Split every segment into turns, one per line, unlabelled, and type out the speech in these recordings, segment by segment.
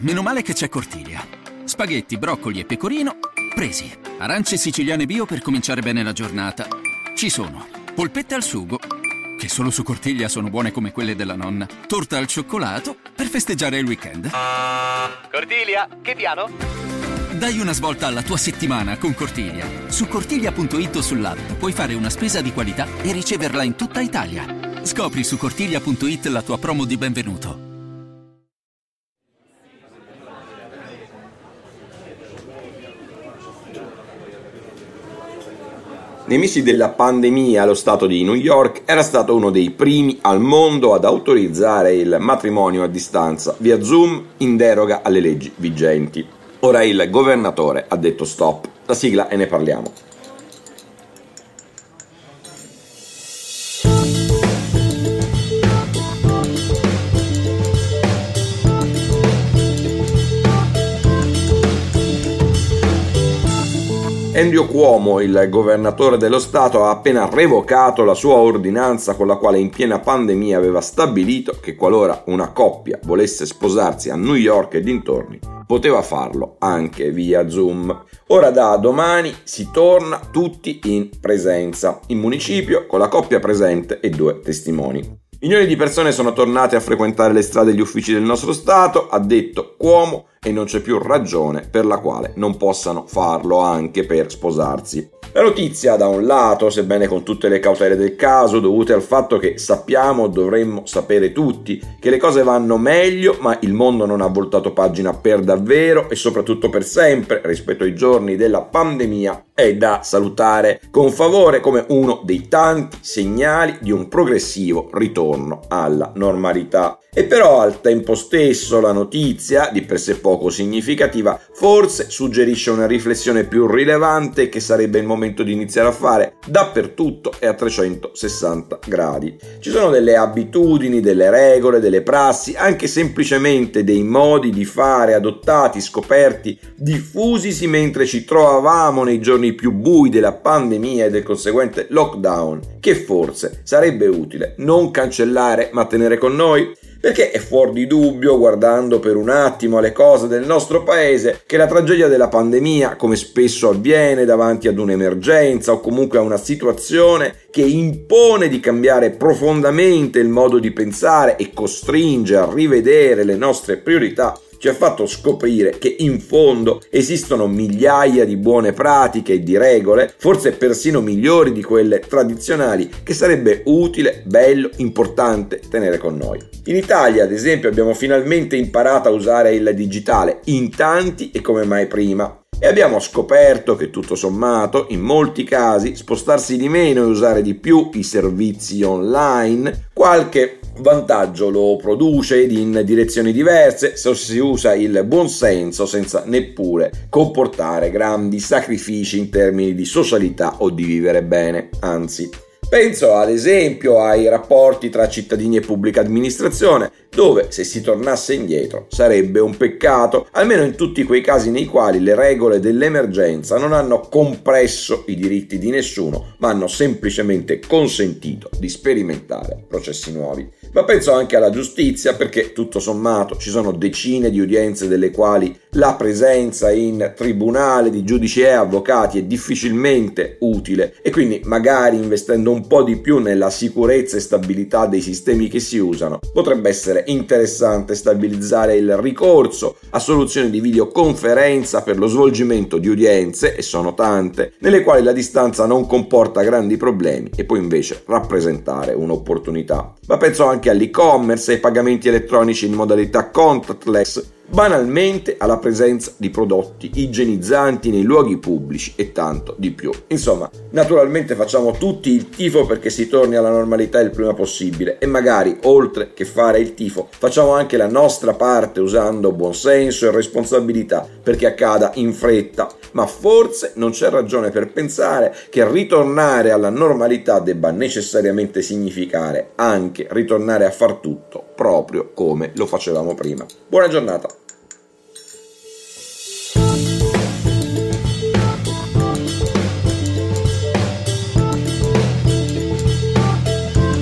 meno male che c'è Cortiglia. Spaghetti, broccoli e pecorino, presi. Arance siciliane bio per cominciare bene la giornata. Ci sono. Polpette al sugo, che solo su Cortiglia sono buone come quelle della nonna. Torta al cioccolato per festeggiare il weekend.
Cortiglia, che piano?
Dai una svolta alla tua settimana con Cortiglia. Su cortiglia.it o sull'app puoi fare una spesa di qualità e riceverla in tutta Italia. Scopri su cortiglia.it la tua promo di benvenuto.
Nei mesi della pandemia lo Stato di New York era stato uno dei primi al mondo ad autorizzare il matrimonio a distanza via Zoom in deroga alle leggi vigenti. Ora il governatore ha detto stop. La sigla e ne parliamo. Andrew Cuomo, il governatore dello Stato, ha appena revocato la sua ordinanza con la quale in piena pandemia aveva stabilito che qualora una coppia volesse sposarsi a New York e dintorni, poteva farlo anche via Zoom. Ora da domani si torna tutti in presenza, in municipio con la coppia presente e 2 testimoni. Milioni di persone sono tornate a frequentare le strade e gli uffici del nostro Stato, ha detto Cuomo, e non c'è più ragione per la quale non possano farlo anche per sposarsi. La notizia, da un lato, sebbene con tutte le cautele del caso, dovute al fatto che sappiamo, dovremmo sapere tutti, che le cose vanno meglio, ma il mondo non ha voltato pagina per davvero e soprattutto per sempre rispetto ai giorni della pandemia, è da salutare con favore come uno dei tanti segnali di un progressivo ritorno alla normalità. E però al tempo stesso la notizia, di per sé poco significativa, forse suggerisce una riflessione più rilevante che sarebbe il momento di iniziare a fare dappertutto e a 360 gradi. Ci sono delle abitudini, delle regole, delle prassi, anche semplicemente dei modi di fare adottati, scoperti, diffusisi mentre ci trovavamo nei giorni più bui della pandemia e del conseguente lockdown, che forse sarebbe utile non cancellare ma tenere con noi. Perché è fuori di dubbio, guardando per un attimo alle cose del nostro paese, che la tragedia della pandemia, come spesso avviene davanti ad un'emergenza o comunque a una situazione che impone di cambiare profondamente il modo di pensare e costringe a rivedere le nostre priorità, ci ha fatto scoprire che in fondo esistono migliaia di buone pratiche e di regole, forse persino migliori di quelle tradizionali, che sarebbe utile, bello, importante tenere con noi. In Italia, ad esempio, abbiamo finalmente imparato a usare il digitale in tanti e come mai prima. E abbiamo scoperto che tutto sommato, in molti casi, spostarsi di meno e usare di più i servizi online, qualche vantaggio lo produce in direzioni diverse se si usa il buon senso senza neppure comportare grandi sacrifici in termini di socialità o di vivere bene, anzi. Penso ad esempio ai rapporti tra cittadini e pubblica amministrazione, dove se si tornasse indietro sarebbe un peccato, almeno in tutti quei casi nei quali le regole dell'emergenza non hanno compresso i diritti di nessuno, ma hanno semplicemente consentito di sperimentare processi nuovi. Ma penso anche alla giustizia, perché tutto sommato ci sono decine di udienze delle quali la presenza in tribunale di giudici e avvocati è difficilmente utile, e quindi magari investendo un po' di più nella sicurezza e stabilità dei sistemi che si usano, potrebbe essere interessante stabilizzare il ricorso a soluzioni di videoconferenza per lo svolgimento di udienze, e sono tante, nelle quali la distanza non comporta grandi problemi e può invece rappresentare un'opportunità. Ma penso anche all'e-commerce e ai pagamenti elettronici in modalità contactless, banalmente alla presenza di prodotti igienizzanti nei luoghi pubblici e tanto di più. Insomma, naturalmente facciamo tutti il tifo perché si torni alla normalità il prima possibile, e magari, oltre che fare il tifo, facciamo anche la nostra parte usando buonsenso e responsabilità perché accada in fretta. Ma forse non c'è ragione per pensare che ritornare alla normalità debba necessariamente significare anche ritornare a far tutto proprio come lo facevamo prima. Buona giornata!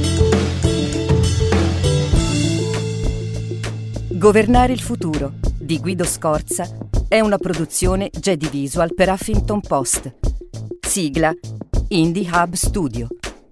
Governare il futuro di di Guido Scorza è una produzione Jedi Visual per Huffington Post. Sigla Indie Hub Studio.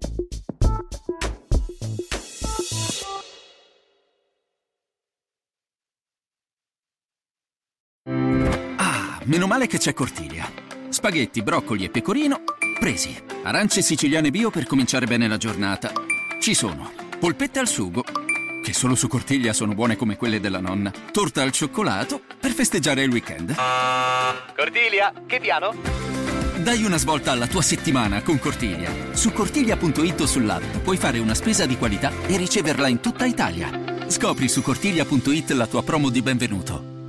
Meno male che c'è Cortiglia. Spaghetti, broccoli e pecorino, presi. Arance siciliane bio per cominciare bene la giornata. Ci sono. Polpette al sugo, che solo su Cortiglia sono buone come quelle della nonna. Torta al cioccolato per festeggiare il weekend.
Cortiglia, che piano?
Dai una svolta alla tua settimana con Cortiglia. Su cortiglia.it o sull'app puoi fare una spesa di qualità e riceverla in tutta Italia. Scopri su cortiglia.it la tua promo di benvenuto.